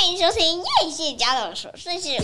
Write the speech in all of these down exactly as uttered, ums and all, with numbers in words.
迎收听叶谢家的琐碎事。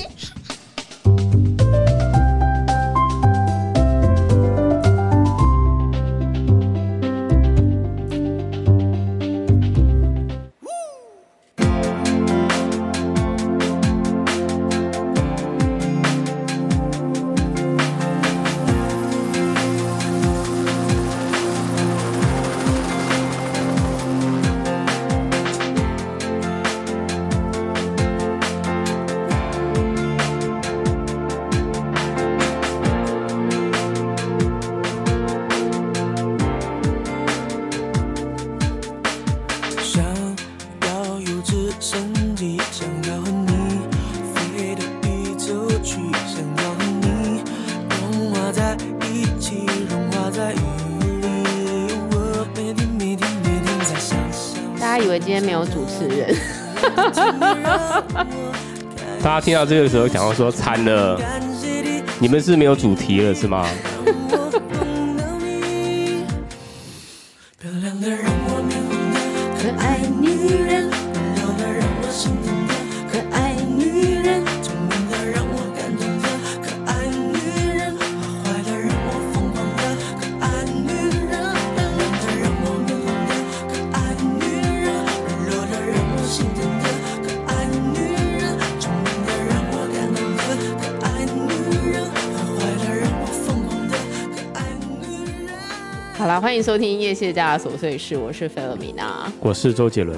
今天没有主持人， 大家听到这个时候想要说惨了，你们是没有主题了是吗？ 可爱女人，柔的让我心疼的可爱女人，聪明的让我感动的可爱女人，坏的让我疯狂的可爱女人，亮亮的让我面红的可爱女人，软弱的让我心疼的可爱女人，聪明的让我感动的可爱女人，坏的让我疯狂的可爱女人。好啦，欢迎收听叶谢家的琐碎事，我是菲尔米娜， 我是周杰伦。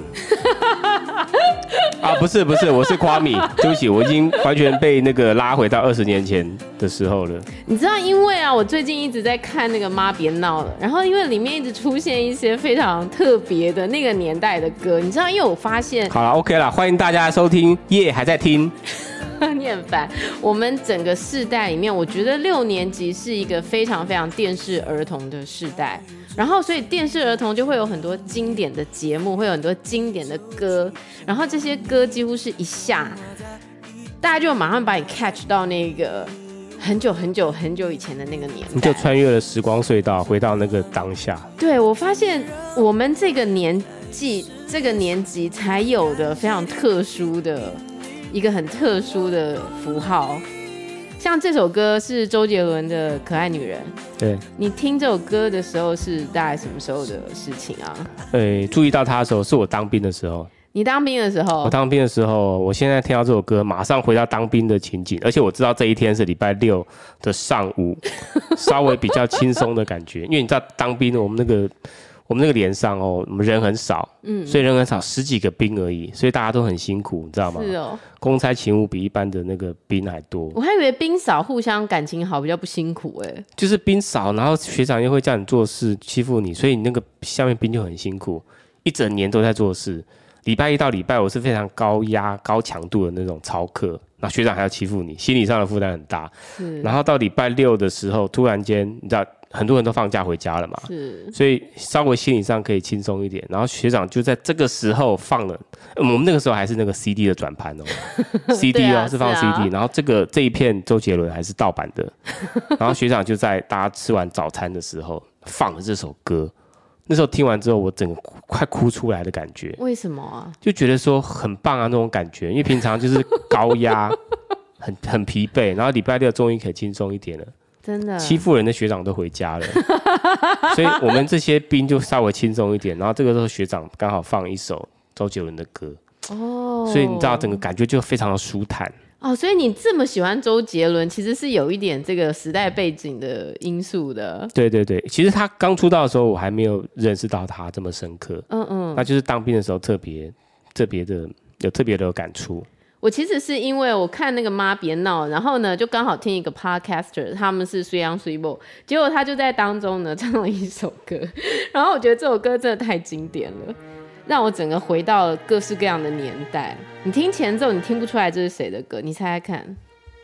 啊，不是不是，我是夸米，对不起，我已经完全被那个拉回到二十年前的时候了。 你知道，因为啊，我最近一直在看那个《妈别闹了》，然后因为里面一直出现一些非常特别的那个年代的歌，你知道，因为我发现， 好了 ，OK 了，欢迎大家收听，耶、yeah, 还在听。 你很烦。我们整个世代里面，我觉得六年级是一个非常非常电视儿童的世代。然后，所以电视儿童就会有很多经典的节目，会有很多经典的歌，然后这些歌几乎是一下，大家就马上把你 catch 到那个很久很久很久以前的那个年代， 你就穿越了时光隧道，回到那个当下。 对，我发现我们这个年纪、这个年级才有的非常特殊的一个很特殊的符号。像这首歌是周杰伦的《可爱女人》， 对， 你听这首歌的时候是大概什么时候的事情啊？ 呃，注意到他的时候是我当兵的时候。 你当兵的时候？ 我当兵的时候，我现在听到这首歌，马上回到当兵的情景，而且我知道这一天是礼拜六的上午，稍微比较轻松的感觉，因为你知道当兵我们那个。我们那个连上哦，我们人很少，嗯，所以人很少，十几个兵而已，所以大家都很辛苦，你知道吗？ 是哦， 公差勤务比一般的那个兵还多。 我还以为兵少互相感情好比较不辛苦哎、欸， 就是兵少，然后学长又会叫你做事欺负你，所以你那个下面兵就很辛苦，一整年都在做事。礼拜一到礼拜五是非常高压、高强度的那种操课，那学长还要欺负你，心理上的负担很大。然后到礼拜六的时候，突然间你知道。很多人都放假回家了嘛，是，所以稍微心理上可以轻松一点。然后学长就在这个时候放了，我们那个时候还是那个 C D 的转盘哦，C D 哦、啊、是放 C D，、啊、然后这个这一片周杰伦还是盗版的，然后学长就在大家吃完早餐的时候放了这首歌。那时候听完之后，我整个快哭出来的感觉。 为什么啊？ 就觉得说很棒啊那种感觉，因为平常就是高压，很很疲惫，然后礼拜六终于可以轻松一点了。 真的欺负人的学长都回家了，所以我们这些兵就稍微轻松一点。然后这个时候学长刚好放一首周杰伦的歌，哦，所以你知道整个感觉就非常的舒坦。 哦，所以你这么喜欢周杰伦，其实是有一点这个时代背景的因素的。 对对对，其实他刚出道的时候，我还没有认识到他这么深刻。嗯嗯，那就是当兵的时候特别特别的有特别的有感触。 我其实是因为我看那个妈别闹，然后呢就刚好听一个 podcaster， 他们是水阳水某，结果他就在当中呢唱了一首歌，然后我觉得这首歌真的太经典了，让我整个回到了各式各样的年代。你听前奏，你听不出来这是谁的歌，你猜猜看。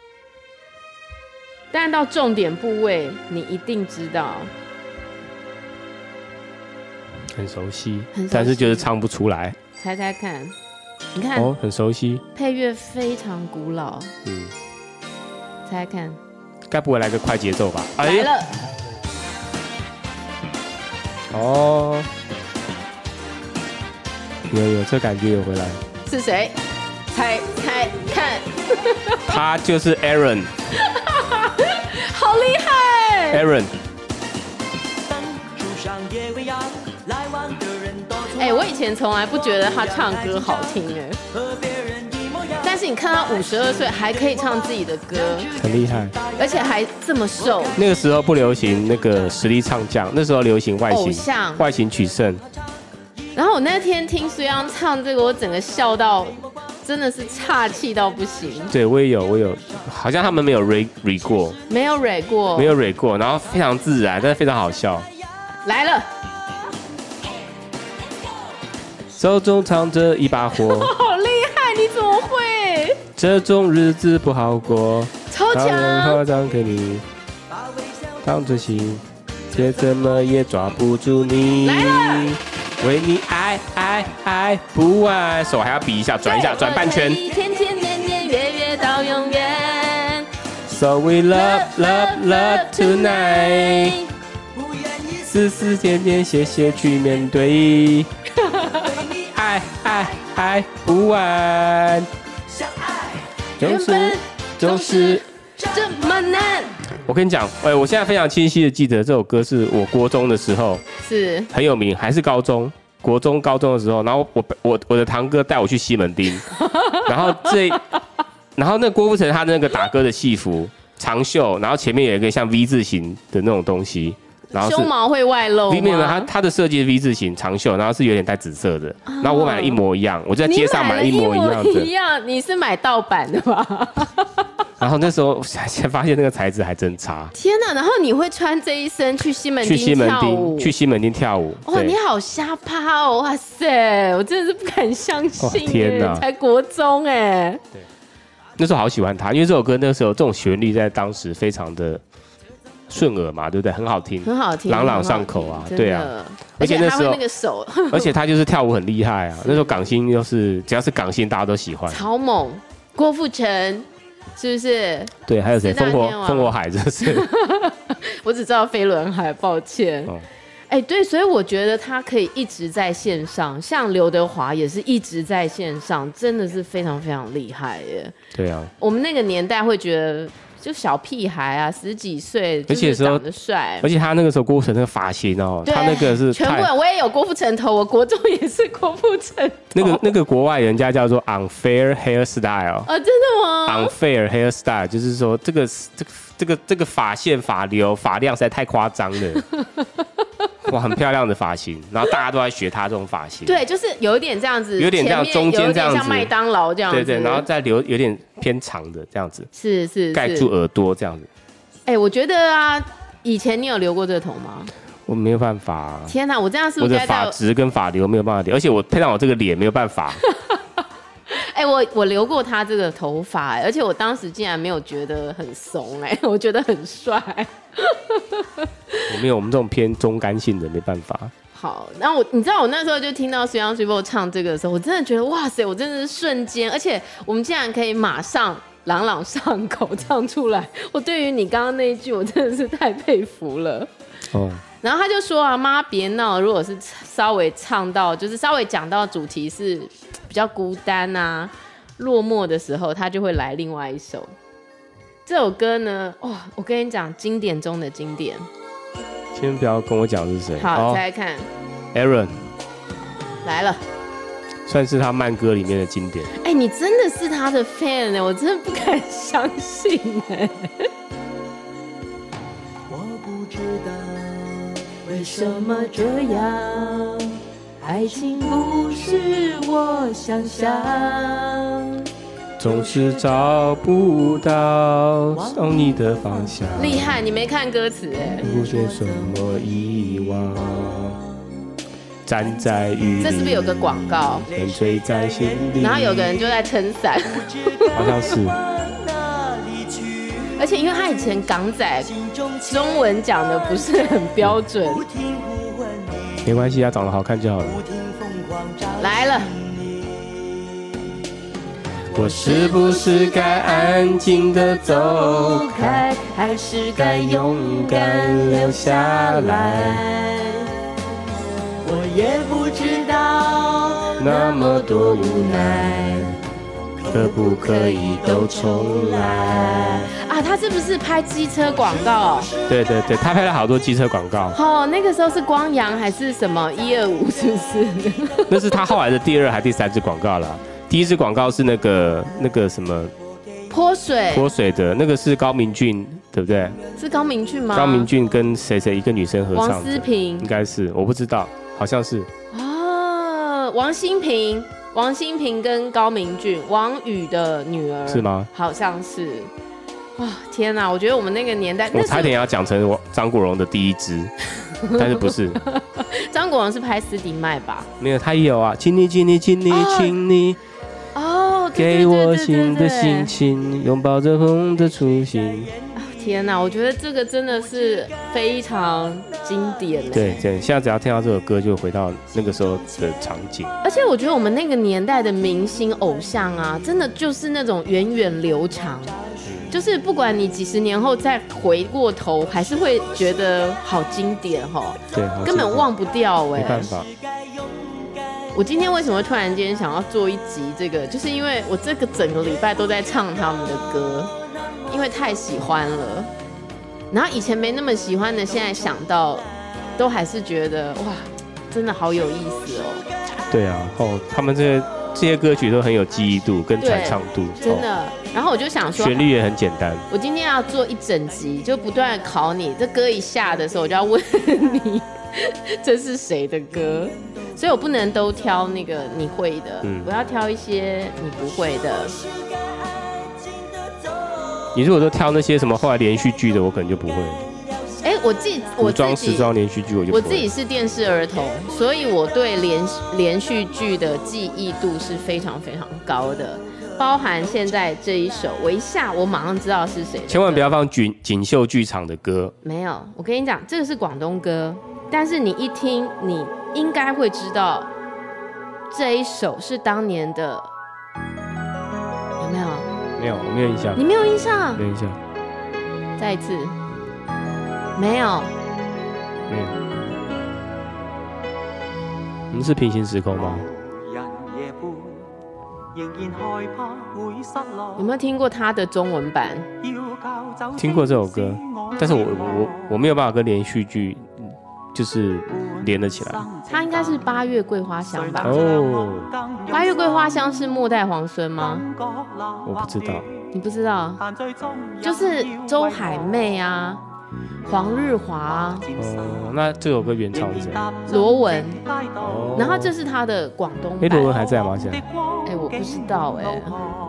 但到重点部位，你一定知道。 很熟悉，很熟悉但是就是唱不出来。 猜猜看。你看哦，很熟悉， 配乐非常古老。嗯，猜猜看， 该不会来个快节奏吧？ 来了。 哦，有有，这感觉有回来。 是谁？ 猜猜看， 他就是 Aaron， 好厉害 Aaron。 哎、欸，我以前从来不觉得他唱歌好听哎，但是你看他五十二岁还可以唱自己的歌， 很厉害， 而且还这么瘦。 那个时候不流行那个实力唱将，那时候流行外形， 偶像外形取胜。 然后我那天听苏央唱这个，我整个笑到真的是岔气到不行。 对我也有，我有，好像他们没有 re re 过， 没有 re 过， 没有 re 过，然后非常自然，但是非常好笑。 来了。 手中藏着一把火， 好厉害！你怎么会？ 这种日子不好过， 超强！ 合掌给你当真心，却怎么也抓不住你。 来了！ 为你爱爱爱不完，手还要比一下，转一下，转半圈。 天天年年月月到永远。 So we love love love tonight， 丝丝点点谢谢去面对。爱爱爱不完，总是总是这么难。 我跟你讲，哎，我现在非常清晰的记得这首歌是我国中的时候是很有名，还是高中、国中、高中的时候，然后我我我的堂哥带我去西门町，然后这，然后那郭富城他那个打歌的戏服长袖，然后前面有一个像 V 字形的那种东西。然后胸毛会外露吗？ 里面呢，它它的设计是 V 字形长袖，然后是有点带紫色的。然后我买了一模一样，我就在街上买了一模一样的。 一样，你是买盗版的吧？ 然后那时候才发现那个材质还真差。 天哪！然后你会穿这一身去西门町去西门跳舞？ 町去西门町跳舞。 哇，你好瞎趴哦！哇塞，我真的是不敢相信。 天哪！ 才国中哎。 对。那时候好喜欢它，因为这首歌那时候这种旋律在当时非常的顺耳嘛，对不对？很好听， 很好听， 朗朗上口啊，对啊。而且那时候那个手， 而且他就是跳舞很厉害啊。那时候港星又是只要是港星，大家都喜欢。 超猛，郭富城是不是？ 对，还有谁？烽火烽火海，这是。 我只知道飞轮海，抱歉。哦哎、欸，对，所以我觉得他可以一直在线上，像刘德华也是一直在线上，真的是非常非常厉害耶。 对啊， 我们那个年代会觉得就小屁孩啊，十几岁，而且长得帅， 而且他那个时候郭富城那个发型哦，他那个是全部人，我也有郭富城头，我国中也是郭富城头。 那个那个国外人家叫做 unfair hairstyle 啊、哦，真的吗 ？unfair hairstyle 就是说这个这个这个这个发线、发流、发量实在太夸张了。哇，很漂亮的发型，然后大家都在学他这种发型。 对，就是有一点这样子， 有点这样，中间这样子， 像麦当劳这样子。 对对，然后再留有点偏长的这样子， 是是盖住耳朵这样子。 哎、欸，我觉得啊，以前你有留过这个头吗？ 我没有办法、啊。 天哪，我这样是不是我的发质跟发流没有办法留，而且我配上我这个脸没有办法。 哎、欸，我我留过他这个头发、欸，而且我当时竟然没有觉得很怂，哎，我觉得很帅。 我没有，我们这种偏中干性的没办法。 好，然后我你知道我那时候就听到 Suyang Suybo 唱这个的时候，我真的觉得哇塞，我真的是瞬间，而且我们竟然可以马上朗朗上口唱出来。我对于你刚刚那一句，我真的是太佩服了。哦。然后他就说啊，妈别闹，如果是稍微唱到，就是稍微讲到主题是比较孤单啊、落寞的时候，他就会来另外一首。这首歌呢，哇、哦，我跟你讲，经典中的经典。 先不要跟我讲是谁。 好，哦、再来看 ，Aaron 来了， 算是他慢歌里面的经典。 哎、欸，你真的是他的 fan 呢，我真的不敢相信哎。 我不知道为什么这样，爱情不是我想象。 总是找不到送你的方向。 厉害，你没看歌词哎。 不觉什么遗忘，站在雨里。 这是不是有个广告？ 沉醉在心里。 然后有个人就在撑伞。 好像是。 而且因为他以前港仔中文讲的不是很标准。 没关系，他长得好看就好了。 来了。 我是不是该安静地走开，还是该勇敢留下来？ 我也不知道那么多无奈， 可可不可以都重来？ 啊，他是不是拍机车广告？ 对对对，他拍了好多机车广告。 哦，那个时候是光阳还是什么一二五，是不是？ 那是他后来的第二还第三支广告啦。第一支广告是那个那个什么泼水， 泼水的那个是高明俊，对不对？ 是高明俊吗？ 高明俊跟谁谁一个女生合唱的？ 王思平， 应该是，我不知道，好像是。 哦，王心平，王心平跟高明俊，王宇的女儿是吗？ 好像是。哇、哦，天哪！我觉得我们那个年代， 我差点要讲成张国荣的第一支，但是不是？ 张国荣是拍斯迪麦吧？ 没有，他也有啊。请你，请你，请你， 哦、 请你。 哦， 给我新的心情，拥抱着红的初心。 天哪，我觉得这个真的是非常经典。 对对，现在只要听到这首歌，就回到那个时候的场景。 而且我觉得我们那个年代的明星偶像啊，真的就是那种源远流长，就是不管你几十年后再回过头，还是会觉得好经典哈。 对， 根本忘不掉哎、欸。 没办法。 我今天为什么突然间想要做一集这个，就是因为我这个整个礼拜都在唱他们的歌，因为太喜欢了。然后以前没那么喜欢的，现在想到都还是觉得哇，真的好有意思哦。 对啊，哦，他们这些这些歌曲都很有记忆度跟传唱度， 真的。哦、然后我就想说， 旋律也很简单。 我今天要做一整集，就不断的考你，这歌一下的时候，我就要问你。这是谁的歌？所以我不能都挑那个你会的，嗯、我要挑一些你不会的。 你如果都挑那些什么后来连续剧的，我可能就不会。 哎、欸，我自己我古装时装连续剧我就不会。 我自己是电视儿童，所以我对连连续剧的记忆度是非常非常高的，包含现在这一首《我一下》，我马上知道是谁。 千万不要放锦锦绣剧场的歌。 没有，我跟你讲，这个是广东歌。但是你一听，你应该会知道这一首是当年的，有没有？ 没有，我没有印象。 你没有印象？ 没有印象。 再一次，没有。 没有。你们是平行时空吗？ 有没有听过他的中文版？ 听过这首歌，但是我我我没有办法跟连续剧。就是连得起来， 它应该是八月桂花香吧？ 哦， 八月桂花香是末代皇孙吗？ 我不知道， 你不知道？就是周海媚啊，黄日华啊。 哦，那这首歌原唱是谁？ 罗文。 哦， 然后这是他的广东版。 哎，罗文还在吗？现在？ 哎，我不知道哎。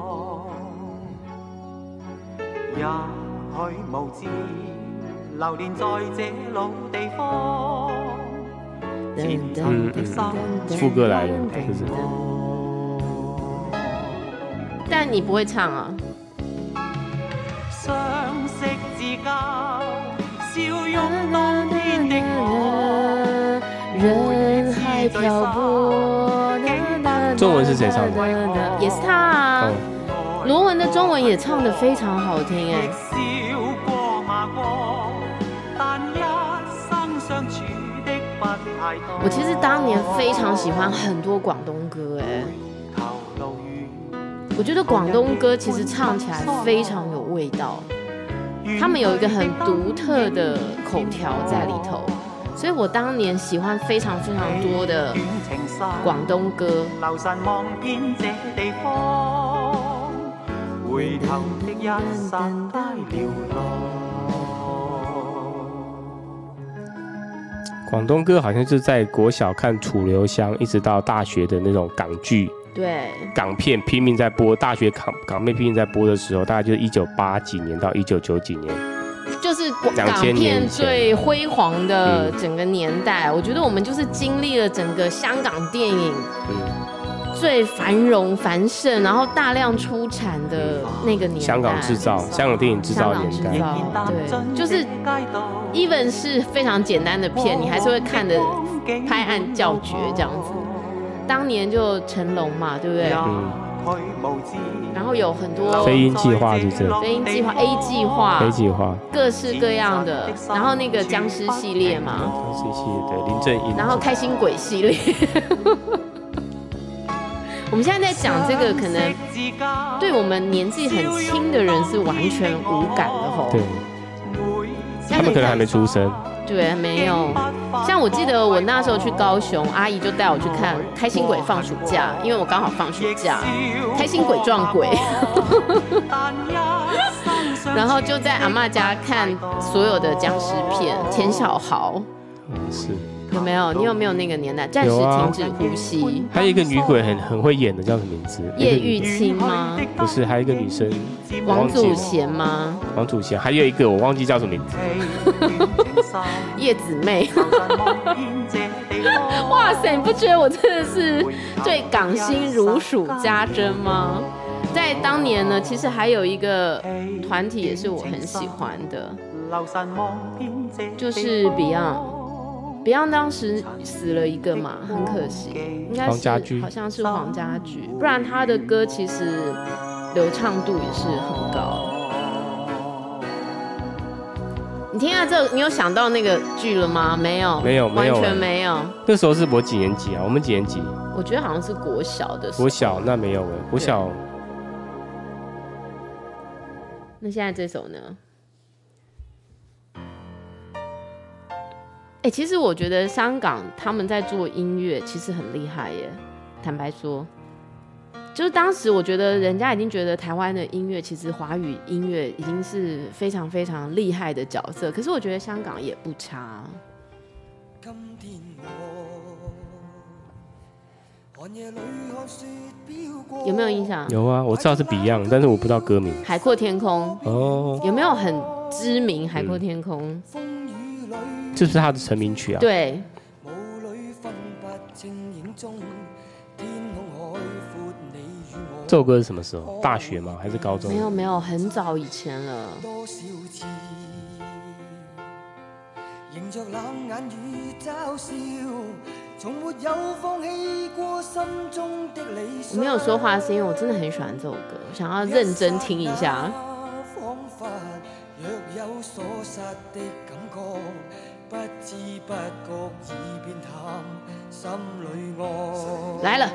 流連在這老地方， 嗯嗯嗯，副歌來了，是不是？ 但你不會唱啊？相識至交，笑擁當天的我，人海漂泊。 中文是誰唱的？ 也是他啊。哦、羅文的中文也唱得非常好聽哎。我其實當年非常喜歡很多廣東歌哎，我覺得廣東歌其實唱起來非常有味道，他們有一個很獨特的口條在裡頭，所以我當年喜歡非常非常多的廣東歌。回頭的一剎帶流浪。 廣東歌好像就是在國小看楚留香，一直到大學的那種港劇， 對， 港片拼命在播，大學港港片拼命在播的時候，大概就是一九八幾年到一九九幾年， 就是港片最輝煌的整個年代。嗯、我覺得我們就是經歷了整個香港電影。嗯最繁榮繁盛，然後大量出產的那個年代， 香港製造，香港電影製造年代， 對，就是 even 是非常簡單的片，你還是會看得拍案叫絕這樣子。當年就成龍嘛，對不對？嗯。然後有很多飛鷹計劃，是不是？ 飛鷹計劃 A 計劃 ，A 計劃， 各式各樣的。然後那個僵屍系列嘛， 僵屍系列對林正英， 然後開心鬼系列。 我们现在在讲这个，可能对我们年纪很轻的人是完全无感的吼。 对，他们可能还没出生。 对，没有。像我记得我那时候去高雄，阿姨就带我去看《开心鬼放暑假》，因为我刚好放暑假，开心鬼撞鬼，然后就在阿嬷家看所有的僵尸片，钱小豪， 嗯，是。 有没有？你有没有那个年代？暂时停止呼吸。 还有一个女鬼很很会演的，叫什么名字？ 叶玉卿吗？ 不是，还有一个女生。 王祖贤吗？ 王祖贤，还有一个我忘记叫什么名字。 叶子妹。哇塞，你不觉得我真的是对港星如数家珍吗？在当年呢，其实还有一个团体也是我很喜欢的，就是 Beyond。Beyond 当时死了一个嘛，很可惜，应该是好像是黄家驹，不然他的歌其实流畅度也是很高。你听下这，你有想到那个剧了吗？没有， 没有， 完全没有。 那时候是我几年级啊？我们几年级？ 我觉得好像是国小的时候。 国小那没有哎，国小。 那现在这首呢？哎、欸，其实我觉得香港他们在做音乐其实很厉害耶。坦白说，就是当时我觉得人家已经觉得台湾的音乐其实华语音乐已经是非常非常厉害的角色，可是我觉得香港也不差。有没有印象？ 有啊，我知道是 Beyond， 但是我不知道歌名。 海阔天空哦， 有没有很知名？海阔天空。嗯， 这是他的成名曲啊。 对。 这首歌是什么时候？大学吗？还是高中？ 没有没有，很早以前了。我没有说话是因为我真的很喜欢这首歌，我想要认真听一下。来了。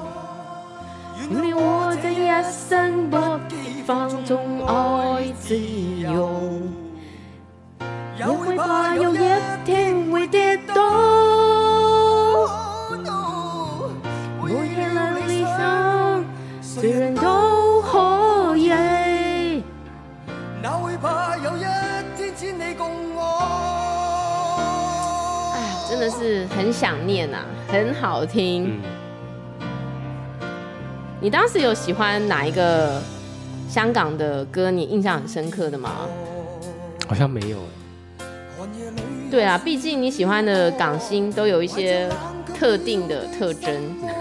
令我这一生不放纵愛自由，也會怕有一天會跌倒。我也能理想，誰人都可以，哪會怕有一天只你共我。哎呀，真的是很想念啊，很好聽。嗯，你当时有喜欢哪一个香港的歌你印象很深刻的吗？ 好像没有。 对啊，毕竟你喜欢的港星都有一些特定的特征。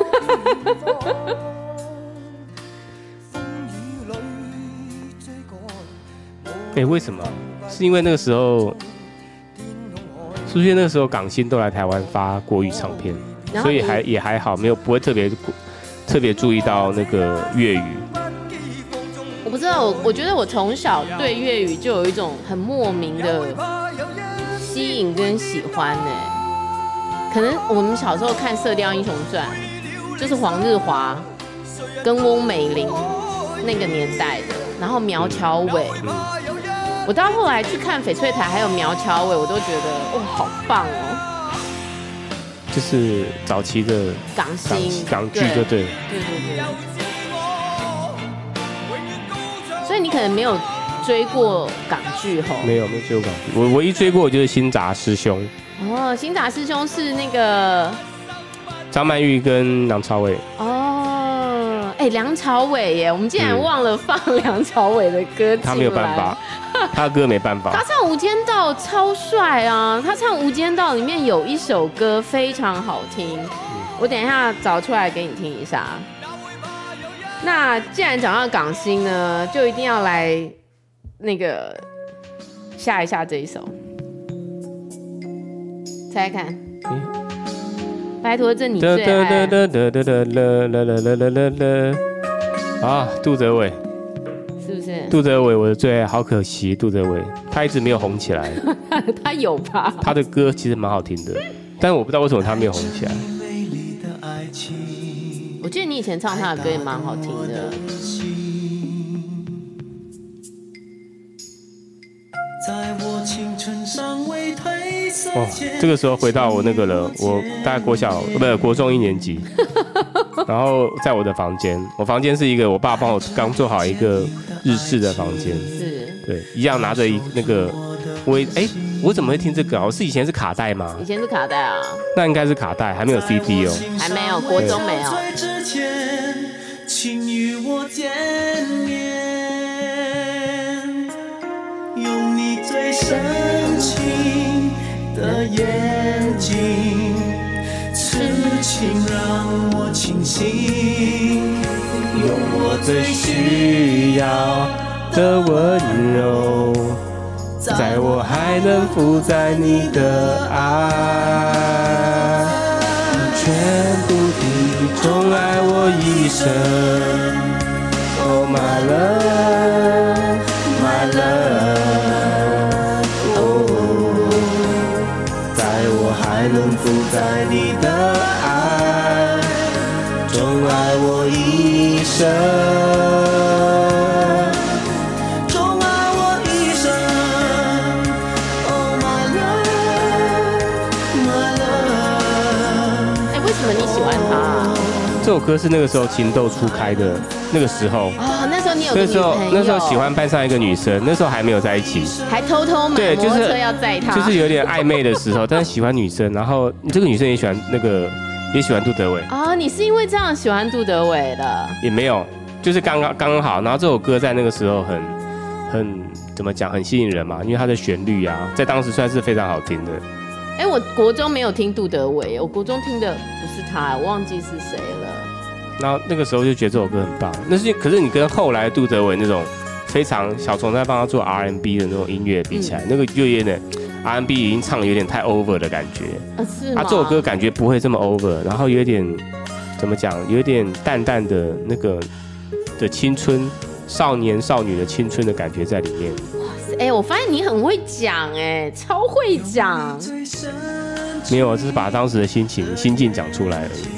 哎、欸，为什么？是因为那个时候，是不是那个时候港星都来台湾发国语唱片，所以还也还好，没有不会特别。特别注意到那个粤语， 我不知道，我我觉得我从小对粤语就有一种很莫名的吸引跟喜欢呢。可能我们小时候看《射雕英雄传》，就是黄日华跟翁美玲那个年代的，然后苗侨伟，嗯、我到后来去看翡翠台还有苗侨伟，我都觉得哇，好棒哦。 就是早期的港星港剧，就对， 对对对。所以你可能没有追过港剧吼？ 没有，没有追过港剧。我唯一追过就是《新杂师兄》。 哦，《新杂师兄》是那个张曼玉跟梁朝伟。 哦，哎、欸，梁朝伟耶，我们竟然忘了放梁朝伟的歌进来。 他没有办法。他的歌没办法， 他唱《无间道》超帅啊！他唱《无间道》里面有一首歌非常好听，嗯、我等一下找出来给你听一下。那既然讲到港星呢，就一定要来那个下一下这一首，猜猜看，欸、拜托，这你最爱啊，杜德伟。 是不是？ 杜德伟我的最爱，好可惜，杜德伟他一直没有红起来。 他有吧？ 他的歌其实蛮好听的，但是我不知道为什么他没有红起来。 我记得你以前唱他的歌也蛮好听的。 在我青春尚未褪色哦，这个时候回到我那个了，我大概国小不是国中一年级，然后在我的房间，我房间是一个我爸帮我刚做好一个日式的房间， 是， 对，一样拿着一那个，我哎，我怎么会听这个啊？我是以前是卡带吗？ 以前是卡带啊， 那应该是卡带，还没有 C D 哦， 还没有，国中没有。 之前，请与我见面，用你最深情的眼睛，痴情让我清醒，用我最需要的温柔，在我还能负载你的爱，全部地钟爱我一生。Oh my love, my love, oh， 在我还能负载你的爱，钟爱我一生。这首歌是那个时候情窦初开的那个时候哦，那时候你有个那时候女朋友， 那时候喜欢班上一个女生，那时候还没有在一起， 还偷偷买对，就是摩托车要载她， 就是有点暧昧的时候，但是喜欢女生，然后这个女生也喜欢那个也喜欢杜德伟哦，你是因为这样喜欢杜德伟的？ 也没有，就是刚刚刚好，然后这首歌在那个时候很很怎么讲，很吸引人嘛，因为它的旋律啊，在当时算是非常好听的。 哎，我国中没有听杜德伟，我国中听的不是他，我忘记是谁了。 然后那个时候就觉得这首歌很棒，那是可是你跟后来杜德伟那种非常小虫在帮他做 R and B 的那种音乐比起来，嗯、那个就有点 R and B 已经唱的有点太 over 的感觉。 啊，是吗？ 啊，这首歌感觉不会这么 over， 然后有点怎么讲，有点淡淡的那个的青春少年少女的青春的感觉在里面。 哎、欸，我发现你很会讲，哎，超会讲。 没有，只是把当时的心情、心境讲出来而已。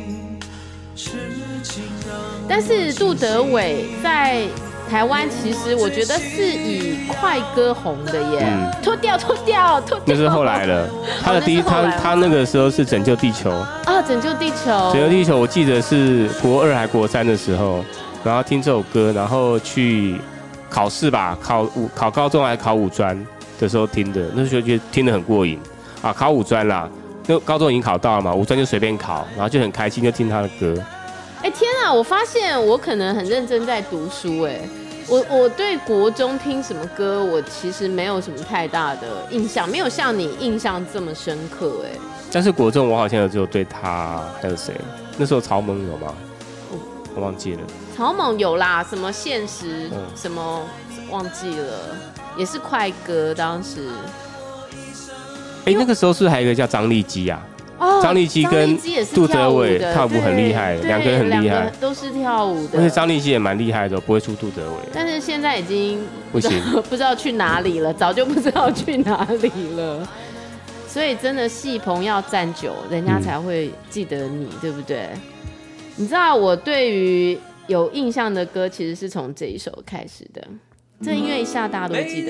但是杜德伟在台湾，其实我觉得是以快歌红的耶。嗯、脱掉，脱掉，脱掉。那是后来了。他的第一，他他那个时候是拯救地球啊，拯救地球。 拯救地球，我记得是国二还国三的时候，然后听这首歌，然后去考试吧，考五考高中还考五专的时候听的，那时候觉得听得很过瘾啊。考五专啦，那高中已经考到了嘛，五专就随便考，然后就很开心，就听他的歌。 哎、欸、天啊！我发现我可能很认真在读书哎、欸，我我对国中听什么歌，我其实没有什么太大的印象，没有像你印象这么深刻哎、欸。 但是国中我好像只有对他，还有谁？那时候曹猛有吗？嗯、我忘记了。 曹猛有啦，什么现实，嗯、什么忘记了，也是快歌当时。 哎、欸，那个时候是不是还有一个叫张立基啊？ 哦， 张立基跟杜德伟跳舞很厉害，两个人很厉害， 都是跳舞的。 而且张立基也蛮厉害的，不会输杜德伟。 但是现在已经不行， 不知道去哪里了，早就不知道去哪里了。所以真的戏棚要站久，人家才会记得你，嗯、对不对？你知道我对于有印象的歌，其实是从这一首开始的。这音乐一下，大家都记得。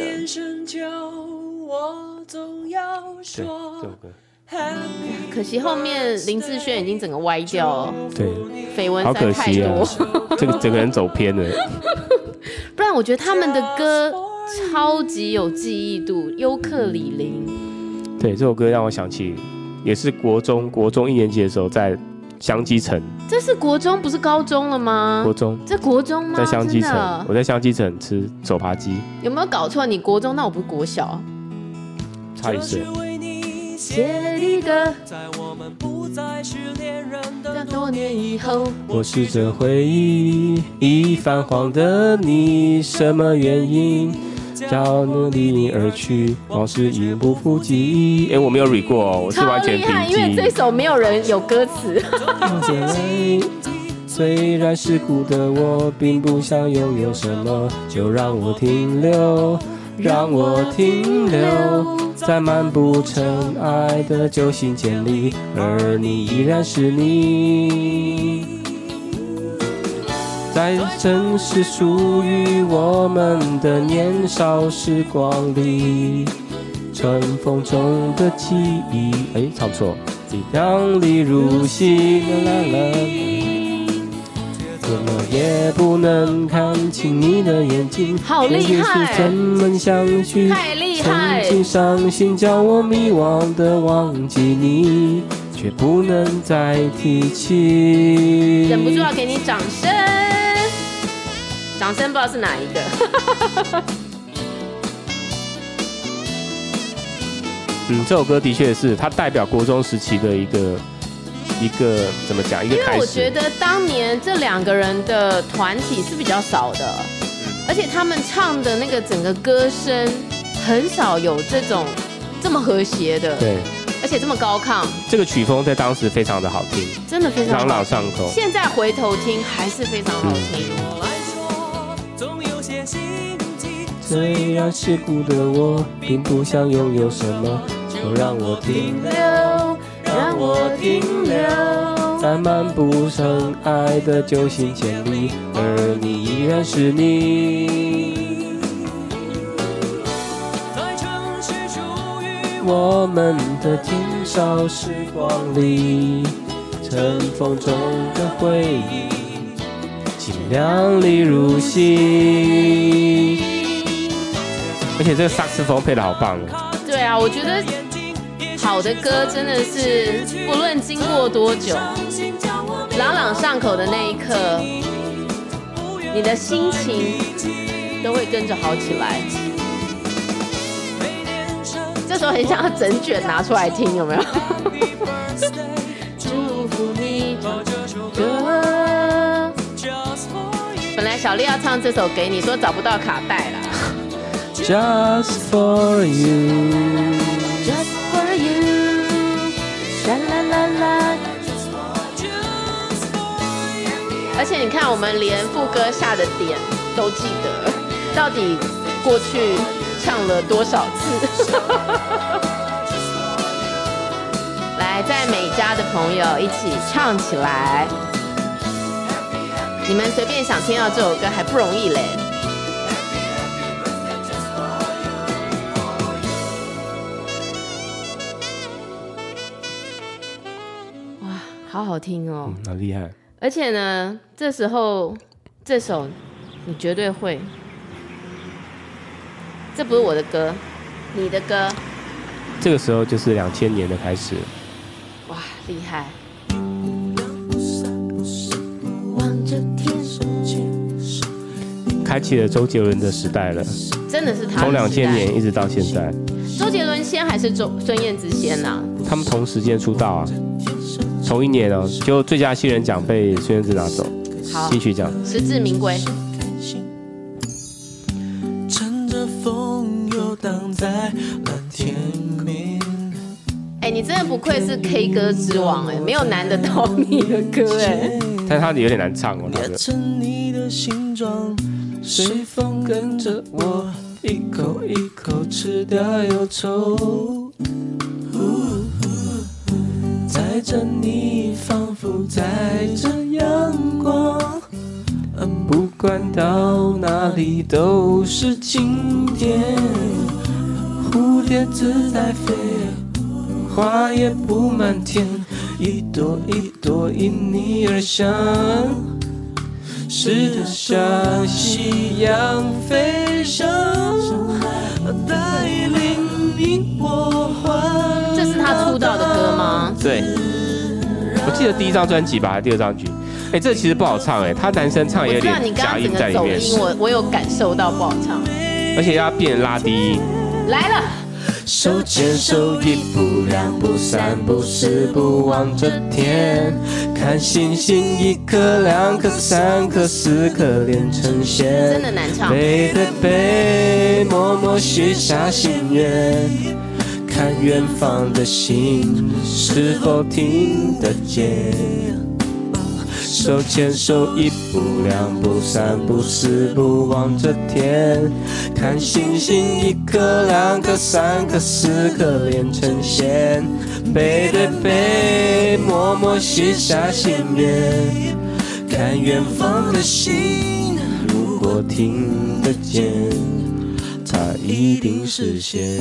对，这首歌。 可惜后面林志炫已经整个歪掉了， 对， 绯闻实在太多， 啊、这个整个人走偏了。 不然我觉得他们的歌超级有记忆度，尤克里里。 对，这首歌让我想起，也是国中国中一年级的时候在香积城。 这是国中，不是高中了吗？ 国中， 这国中吗？ 在香积城，我在香积城吃手扒鸡。 有没有搞错？你国中，那我不是国小， 差一岁。 写你的，在我们不再是恋人的多年以后， 我试着回忆已泛黄的你，什么原因叫你离你而去？往事已不复记忆。哎，我没有 re 过哦，我是完全凭记。 因为这首没有人有歌词。 虽然是苦的我，并不想拥有什么，就让我停留，让我停留。在漫不尘埃的旧信千里，而你依然是你。 在城市属于我们的年少时光里，春风中的记忆，哎，唱错，亮丽如昔，啦啦啦，怎么也不能看清你的眼睛， 好厉害， 是怎么相聚， 太厉害， 曾经伤心叫我迷惘的忘记你，却不能再提起。 忍不住要给你掌声，掌声不知道是哪一个。 嗯，这首歌的确是它代表国中时期的一个一个怎么讲一个开始。 因为我觉得当年这两个人的团体是比较少的，而且他们唱的那个整个歌声很少有这种这么和谐的， 对， 而且这么高亢。这个曲风在当时非常的好听， 真的非常朗朗上口。 现在回头听还是非常好听。 这样世故的我，并不想拥有什么，就让我停留，让我停留在漫步深爱的旧心千里，而你依然是你。在城市属于我们的年少时光里，尘封中的回忆，尽亮丽如昔。而且这个萨克斯风配的好棒哦！ 对啊，我觉得好的歌真的是不论经过多久，朗朗上口的那一刻，你的心情都会跟着好起来。这时候很想要整卷拿出来听，有没有？祝福你这首歌。本来小丽要唱这首给你，说找不到卡带啦。 Just for you, just for you, sha la la la。而且你看，我们连副歌下的点都记得，到底过去唱了多少次？来，在美家的朋友一起唱起来。你们随便想听到这首歌还不容易嘞。好好听哦， 嗯，好厉害！ 而且呢，这时候这首你绝对会，这不是我的歌，你的歌。 这个时候就是两千年的开始， 哇，厉害！ 开启了周杰伦的时代了， 真的是他从两千年一直到现在。 周杰伦先还是周孙燕姿先啊？ 他们同时间出道啊。同一年哦，就最佳新人奖被孙燕姿拿走， 好， 金曲奖， 实至名归。 乘着风游荡在蓝天边。 哎，你真的不愧是 K 歌之王哎，没有难得到你的歌哎。 但他有点难唱哦，他的。 成你的形状，随风跟着我，一口一口吃掉忧愁。载着你，仿佛载着阳光， 不管到哪里都是晴天。 蝴蝶自在飞，花也布满天，一朵一朵因你而香，试着像夕阳飞翔，带领你我环。 这是他出道的歌吗？ 对，我记得第一张专辑吧，还是第二张曲。哎，这其实不好唱哎，他男生唱也有点假音在里面。 我我有感受到不好唱， 而且要变拉低音。 来了。 手牵手，一步两步三步四步望着天，看星星，一颗两颗三颗四颗连成线。 真的难唱。 背对背，默默许下心愿，看远方的星是否听得见。手牵手，一步两步三步四步望着天，看星星，一颗两颗三颗四颗连成线。背对背，默默许下心愿， 看远方的星， 如果听得见，它一定实现。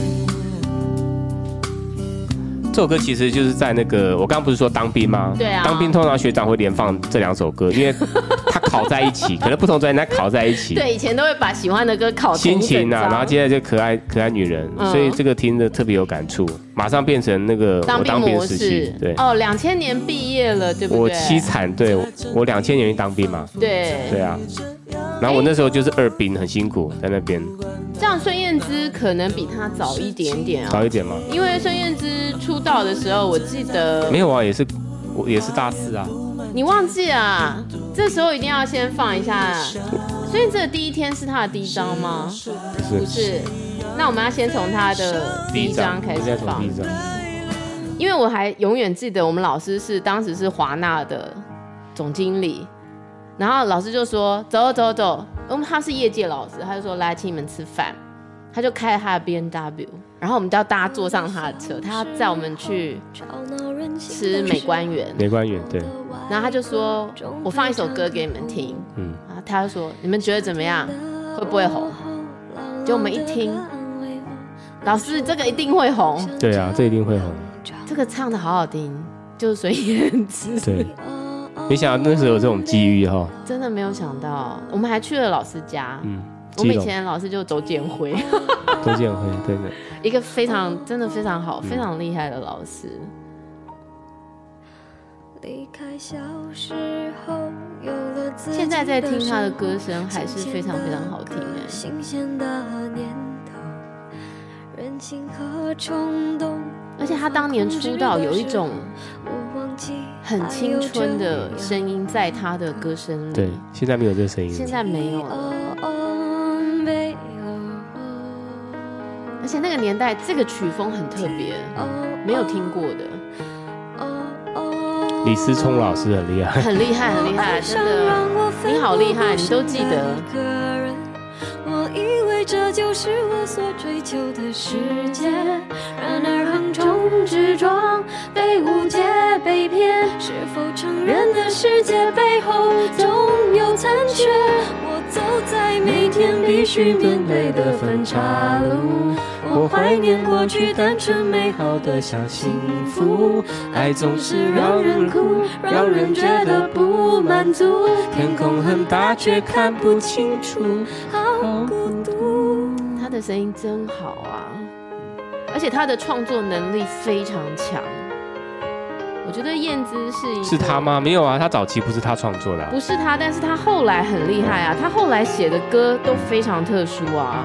这首歌其实就是在那个，我刚刚不是说当兵吗？ 对啊。 当兵通常学长会连放这两首歌，因为它考在一起，可能不同专辑它考在一起。 对，以前都会把喜欢的歌考心情啊，然后接下来就可爱可爱女人， 嗯、 所以这个听着特别有感触，马上变成那个当兵模式。 对。 哦，两千年毕业了，对不对？ 我凄惨，对我两千年去当兵嘛。 对。 对啊。然后我那时候就是二兵，很辛苦在那边。 这样孙燕姿可能比她早一点点啊， 早一点吗？ 因为孙燕姿出道的时候，我记得没有啊，也是我也是大四啊。 你忘记啊？这时候一定要先放一下。孙燕姿的第一天是她的第一张吗？ 不是， 不是。那我们要先从她的第一张开始放。 第一张。 因为我还永远记得我们老师是当时是华纳的总经理。然后老师就说走走走，因为他是业界老师，他就说来请你们吃饭，他就开了他的 B M W， 然后我们就要大家坐上他的车，他要载我们去吃美官园。 美官园对。 然后他就说，我放一首歌给你们听，嗯，然后他就说你们觉得怎么样，会不会红？就我们一听，老师这个一定会红。 对啊，这一定会红。 这个唱的好好听，就是孙燕姿。 对。没想到那时候有这种机遇哈， 真的没有想到，我们还去了老师家，嗯，我们以前老师就周建辉， 周建辉，对的， 一个非常真的非常好、嗯、非常厉害的老师。现在在听他的歌声，还是非常非常好听哎。新鲜的念头，人情和冲动。而且他当年出道有一种很青春的声音在他的歌声里， 对，现在没有这个声音， 现在没有了。而且那个年代这个曲风很特别，没有听过的。 李思聪老师很厉害， 很厉害，很厉害，真的，你好厉害，你都记得。 我以为这就是我所追求的世界，然而横冲直撞，被误解被骗，是否成人的世界背后总有残缺？我走在每天必须面对的分岔路，我怀念过去单纯美好的小幸福，爱总是让人哭，让人觉得不满足，天空很大却看不清楚，好孤独。 他的声音真好啊，而且他的创作能力非常强。我觉得燕姿是一个是他吗？没有啊，他早期不是他创作的、啊， 不是他，但是他后来很厉害啊，他后来写的歌都非常特殊啊，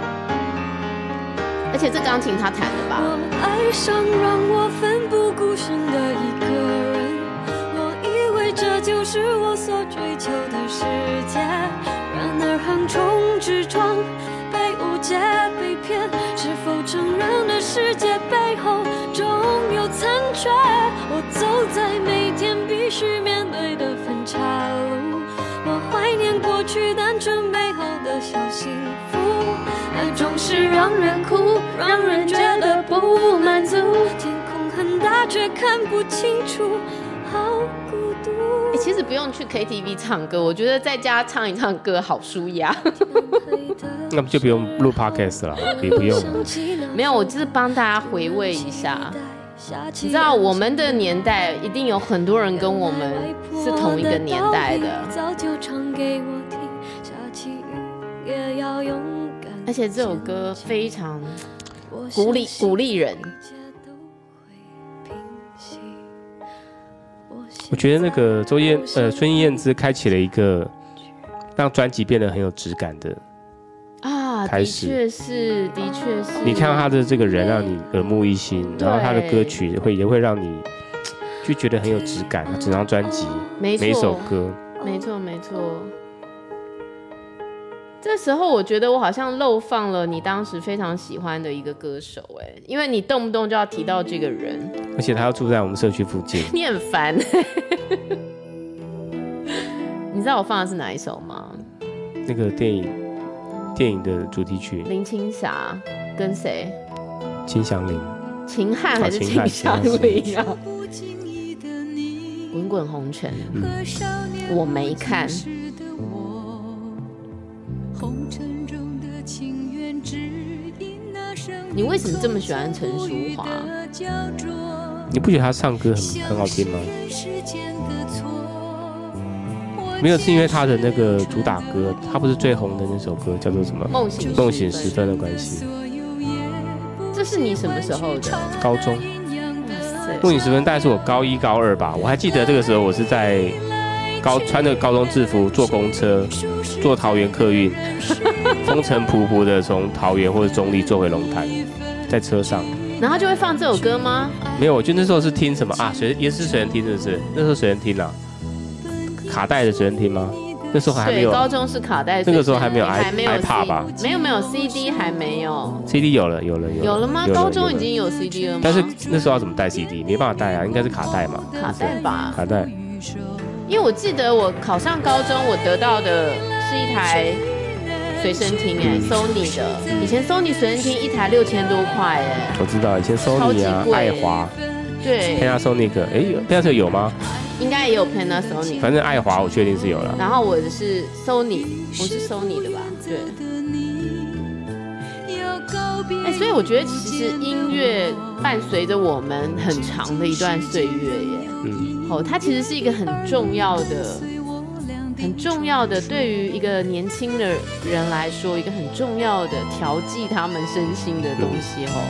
而且这钢琴他弹的吧？ 我爱上让我奋不顾身的一个人，我以为这就是我所追求的世界，然而横冲直撞，被误解被骗，是否成人的世界背后总有残缺？我走在每天必须面对的分岔路，我怀念过去单纯美好的小幸福，爱总是让人哭，让人觉得不满足，天空很大却看不清楚，好孤独。 欸、其实不用去 K T V 唱歌，我觉得在家唱一唱歌好舒压。 那不就不用录 podcast 了，也不用了。 没有，我就是帮大家回味一下。你知道我们的年代一定有很多人跟我们是同一个年代的，而且这首歌非常鼓励鼓励人。 我觉得那个周燕呃孙燕姿开启了一个让专辑变得很有质感的啊，的确是，的确是。 你看到他的这个人让你耳目一新，然后他的歌曲会也会让你就觉得很有质感，整张专辑每一首歌， 没错没错。这时候我觉得我好像漏放了你当时非常喜欢的一个歌手，哎，因为你动不动就要提到这个人， 而且他要住在我们社区附近， 你很烦。你知道我放的是哪一首吗？ 那个电影电影的主题曲， 林青霞跟谁？ 秦祥林。 秦汉还是秦祥林啊？ 滚滚红尘， 嗯、 我没看。你为什么这么喜欢陈淑桦？ 你不觉得他唱歌很很好听吗？没有，是因为他的那个主打歌，他不是最红的那首歌叫做什么？ 梦醒梦醒时分的关系。 这是你什么时候的？ 高中。 哇塞！ 梦醒时分大概是我高一高二吧，我还记得这个时候我是在高穿着高中制服坐公车，坐桃园客运，风尘仆仆的从桃园或者中立坐回龙潭，在车上。 然后就会放这首歌吗？ 没有，我就那时候是听什么啊？随也是随人听，是不是？那时候随人听啊，卡带的随人听吗？那时候还没有。 对，高中是卡带。 那个时候还没有 i 还没有 iPad 吧？ 没有没有 C D 还没有。 C D 有了有了有了。 有了吗？高中已经有 C D 了吗？ 但是那时候要怎么带 C D？ 没办法带啊，应该是卡带嘛。 卡带吧。 卡带。 因为我记得我考上高中，我得到的是一台随身听哎、欸、，Sony 的。以前 Sony 随身听一台六千多块哎。 我知道，以前 Sony 啊，爱华， 对 ，Panasonic， 哎，Panasonic 有吗？ 应该也有 Panasonic。 反正爱华我确定是有了。 然后我的是 Sony， 我是 Sony 的吧？对。哎、欸，所以我觉得其实音乐伴随着我们很长的一段岁月耶。嗯。哦，它其实是一个很重要的。很重要的，对于一个年轻的人来说，一个很重要的调剂他们身心的东西哦。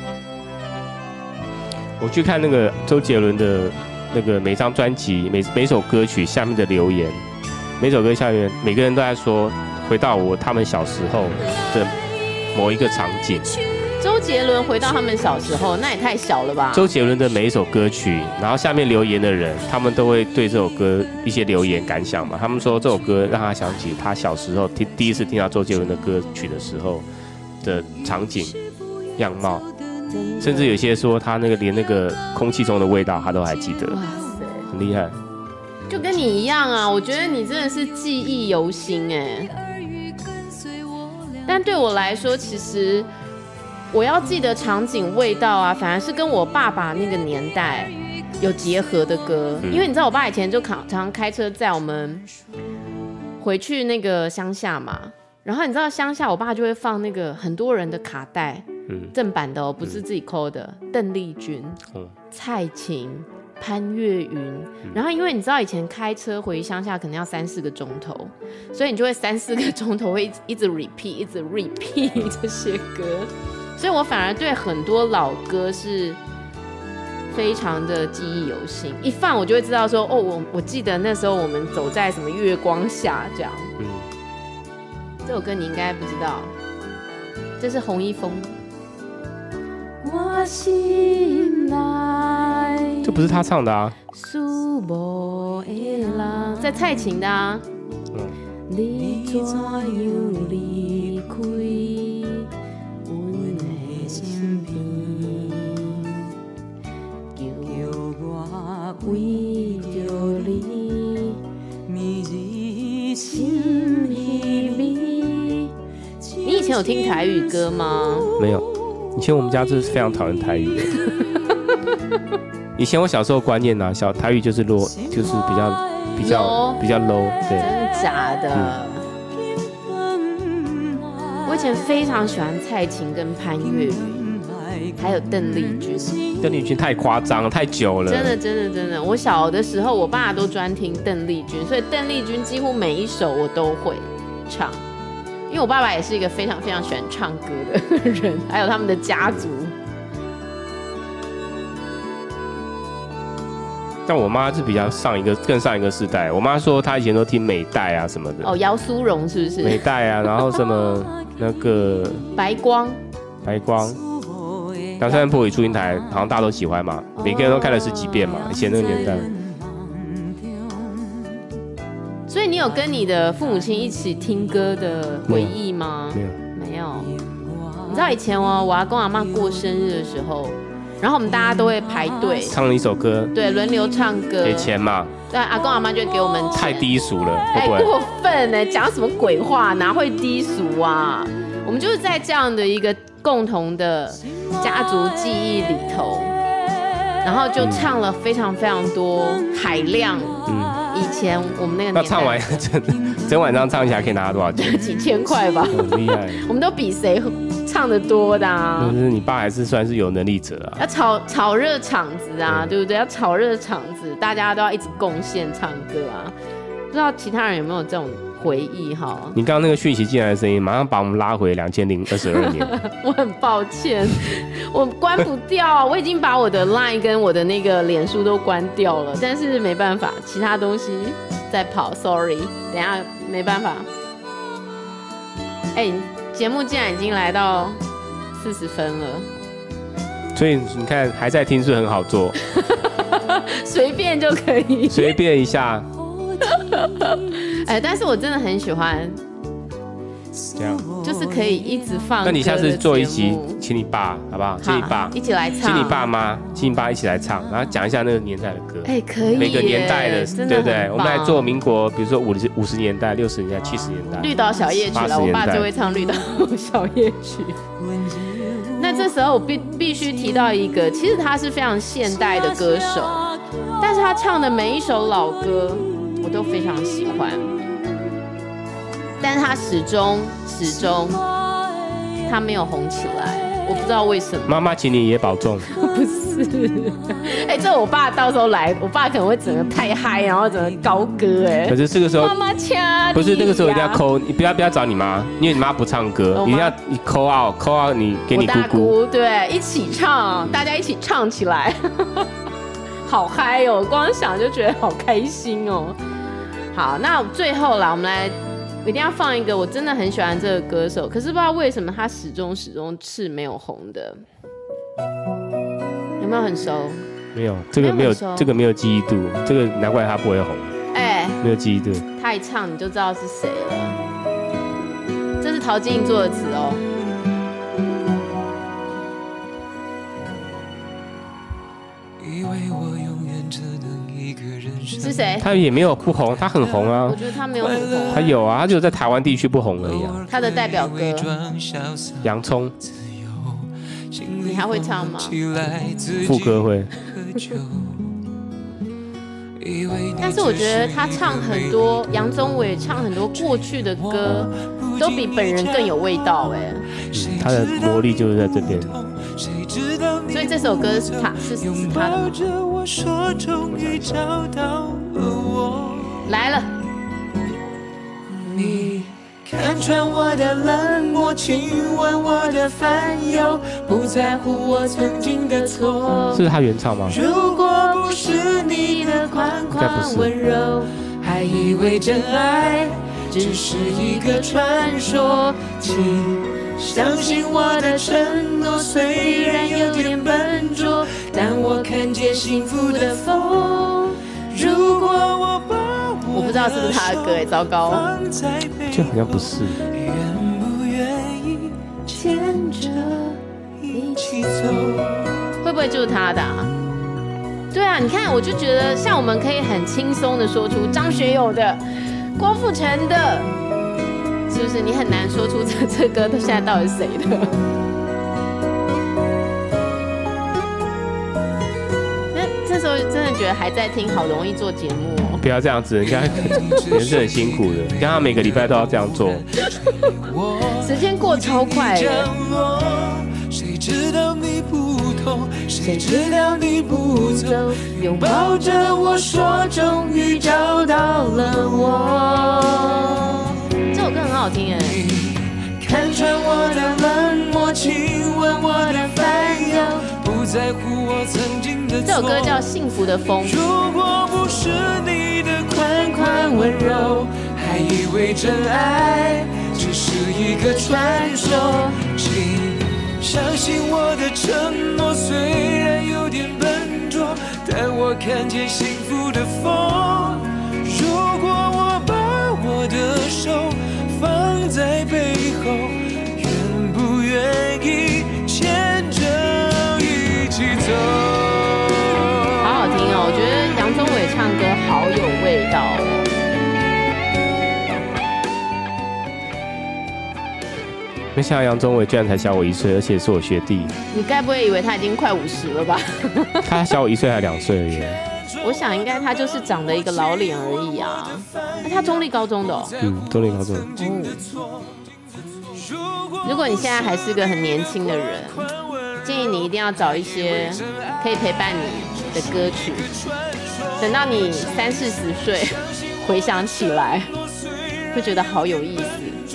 我去看那个周杰伦的那个每张专辑、每每首歌曲下面的留言，每首歌下面每个人都在说，回到我他们小时候的某一个场景。 周杰伦回到他们小时候，那也太小了吧？ 周杰伦的每一首歌曲，然后下面留言的人，他们都会对这首歌一些留言感想嘛。他们说这首歌让他想起他小时候听第一次听到周杰伦的歌曲的时候的场景、样貌，甚至有些说他那个连那个空气中的味道他都还记得。哇塞，很厉害。 就跟你一样啊，我觉得你真的是记忆犹新哎。但对我来说，其实。我要记得场景、味道啊，反而是跟我爸爸那个年代有结合的歌，嗯、因为你知道，我爸以前就常常开车载我们回去那个乡下嘛，然后你知道乡下，我爸就会放那个很多人的卡带，嗯、正版的哦，不是自己抠的，邓丽君、嗯、蔡琴、潘越云，嗯、然后因为你知道以前开车回乡下可能要三四个钟头，所以你就会三四个钟头会一直 repeat 一直 repeat 这些歌。所以我反而对很多老歌是非常的记忆犹新，一放我就会知道说，哦，我我记得那时候我们走在什么月光下这样。嗯，这首歌你应该不知道，这是洪一峰。我心内这不是他唱的啊。 在蔡琴的啊。嗯。你怎样离开？为着你，你以前有听台语歌吗？ 没有，以前我们家就是非常讨厌台语的。以前我小时候观念啊，小台语就是弱，就是比较比较比较 low， 对。 真的假的？嗯、我以前非常喜欢蔡琴跟潘越云。还有邓丽君， 邓丽君太夸张，太久了。 真的，真的，真的。我小的时候，我爸都专听邓丽君，所以邓丽君几乎每一首我都会唱。因为我爸爸也是一个非常非常喜欢唱歌的人，还有他们的家族。 但我妈是比较上一个更上一个世代。我妈说她以前都听美代啊什么的。 哦，姚苏蓉是不是？ 美代啊，然后什么那个白光。 白光，梁山伯与祝英台好像大家都喜欢嘛，每个人都看了十几遍嘛，以前那个年代。 所以你有跟你的父母亲一起听歌的回忆吗？ 没有， 没有。你知道以前哦，我阿公阿嬷过生日的时候，然后我们大家都会排队唱一首歌， 对，轮流唱歌， 给钱嘛。 对，阿公阿嬷就会给我们钱。 太低俗了， 哎，过分哎，讲什么鬼话？哪会低俗啊？我们就是在这样的一个共同的家族记忆里头， 然后就唱了非常非常多海量。嗯，以前我们那个年代， 那唱完整整晚上唱起来可以拿多少钱？ 几千块吧， 很厉害。 我们都比谁唱得多的啊。 就是你爸还是算是有能力者啊。 要炒炒热场子啊，对不对？要炒热场子，大家都要一直贡献唱歌啊。不知道其他人有没有这种回忆哈？ 你刚刚那个讯息进来的声音，马上把我们拉回两千零二十二年。 我很抱歉，我关不掉，我已经把我的 Line 跟我的那个脸书都关掉了，但是没办法，其他东西在跑 ，sorry， 等一下没办法。哎、欸，节目竟然已经来到四十分了， 所以你看还在听是很好做， 随便就可以， 随便一下。 哎、欸，但是我真的很喜欢。 这样就是可以一直放。 那你下次做一集，请你爸好不好？请你爸一起来唱， 请你爸妈，请你爸一起来唱，然后讲一下那个年代的歌。 哎、欸，可以， 每个年代的，对不对？我们来做民国，比如说五十五十年代、六十年代、七十年代。 绿岛小夜曲了，我爸就会唱绿岛小夜曲。那这时候我必必须提到一个，其实他是非常现代的歌手，但是他唱的每一首老歌我都非常喜欢。但是他始终始终他没有红起来，我不知道为什么。 妈妈，请你也保重。 不是，哎、欸，这我爸到时候来，我爸可能会整个太嗨，然后整个高歌哎。 可是这个时候， 妈妈掐不是那个时候一定要抠，你不要不要找你妈，因为你妈不唱歌，一定要你抠out抠out你给你姑姑， 我大姑对，一起唱，大家一起唱起来，好嗨哦！光想就觉得好开心哦。好，那最后啦，我们来。我一定要放一个我真的很喜欢这个歌手，可是不知道为什么他始终始终是没有红的，有没有很熟？ 没有，这个没有，这个没有记忆度，这个难怪他不会红。哎、欸，没有记忆度， 他一唱你就知道是谁了。这是陶晶莹做的词哦。 以为我永远只能一个人是谁？ 他也没有不红，他很红啊。 我觉得他没有很红。 他有啊，他只有在台湾地区不红而已啊。 他的代表歌洋葱， 你还会唱吗？ 副歌会。 但是我觉得他唱很多，杨宗纬唱很多过去的歌，都比本人更有味道哎、 嗯。他的魔力就是在这边。 所以这首歌是他是是他的吗？来了。 你看穿我的冷漠，亲吻我的烦忧，不在乎我曾经的错。 是他原唱吗？ 如果不是你的款款温柔，还以为真爱只是一个传说。请相信我的承诺，虽然有点笨拙，但我看见幸福的风。如果我把我不知道是不是他的歌哎，糟糕， 就好像不是。 愿不愿意牵着一起走？ 会不会就是他的啊？对啊，你看，我就觉得像我们可以很轻松的说出张学友的、郭富城的。是不是你很难说出这这歌现在到底是谁的？那这时候真的觉得还在听，好容易做节目哦。 不要这样子，人家也是很辛苦的，你看他每个礼拜都要这样做。 时间过超快的。 谁知道你不痛，谁知道你不走，拥抱着我说终于找到了我。 这首歌很好听哎， 看穿我的冷漠，亲吻我的烦忧，不在乎我曾经的错。 这首歌叫《幸福的风》。 如果不是你的款款温柔，还以为真爱只是一个传说。请相信我的承诺，虽然有点笨拙，但我看见幸福的风。如果我把我的手放在背后，愿不愿意牵着一起走？ 好好听哦，我觉得杨宗纬唱歌好有味道哦。 没想到杨宗纬居然才小我一岁，而且是我学弟。 你该不会以为他已经快五十了吧？ 他小我一岁还两岁而已。 我想应该他就是长得一个老脸而已啊。那他中立高中的哦。 嗯，中立高中。 哦。如果你现在还是个很年轻的人，建议你一定要找一些可以陪伴你的歌曲。等到你三四十岁回想起来，会觉得好有意思。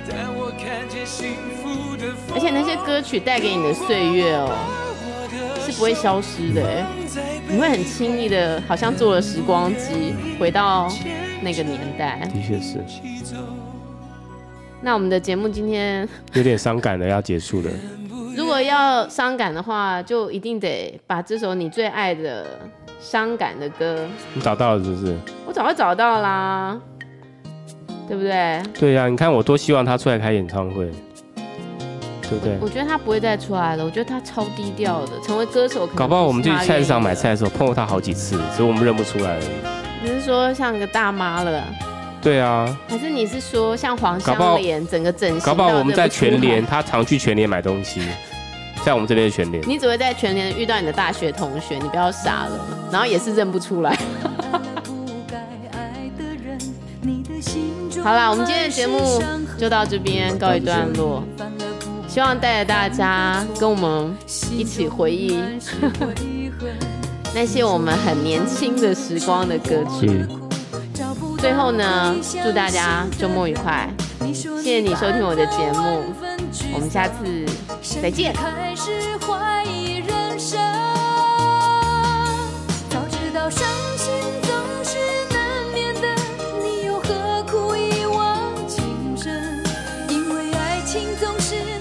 而且那些歌曲带给你的岁月哦，是不会消失的哎，你会很轻易的，好像坐了时光机回到那个年代。 的确是。 那我们的节目今天有点伤感的，要结束了。 如果要伤感的话，就一定得把这首你最爱的伤感的歌， 你找到了是不是？ 我早就找到啦，对不对？ 对呀、啊，你看我多希望他出来开演唱会，对不对？ 我觉得他不会再出来了，我觉得他超低调的，成为歌手可能搞不好我们去菜市场买菜的时候碰过他好几次，只是我们认不出来而已。 你是说像个大妈了？ 对啊。 还是你是说像黄香莲整个整形？ 搞不好我们在全联，他常去全联买东西，在我们这边的全联。你只会在全联遇到你的大学同学，你不要傻了，然后也是认不出来。好啦，我们今天的节目就到这边告一段落，希望带着大家跟我们一起回忆那些我们很年轻的时光的歌曲。嗯，最后呢，祝大家周末愉快，谢谢你收听我的节目，我们下次再见。早知道伤心总是难免的，你又何苦一往情深？因为爱情总是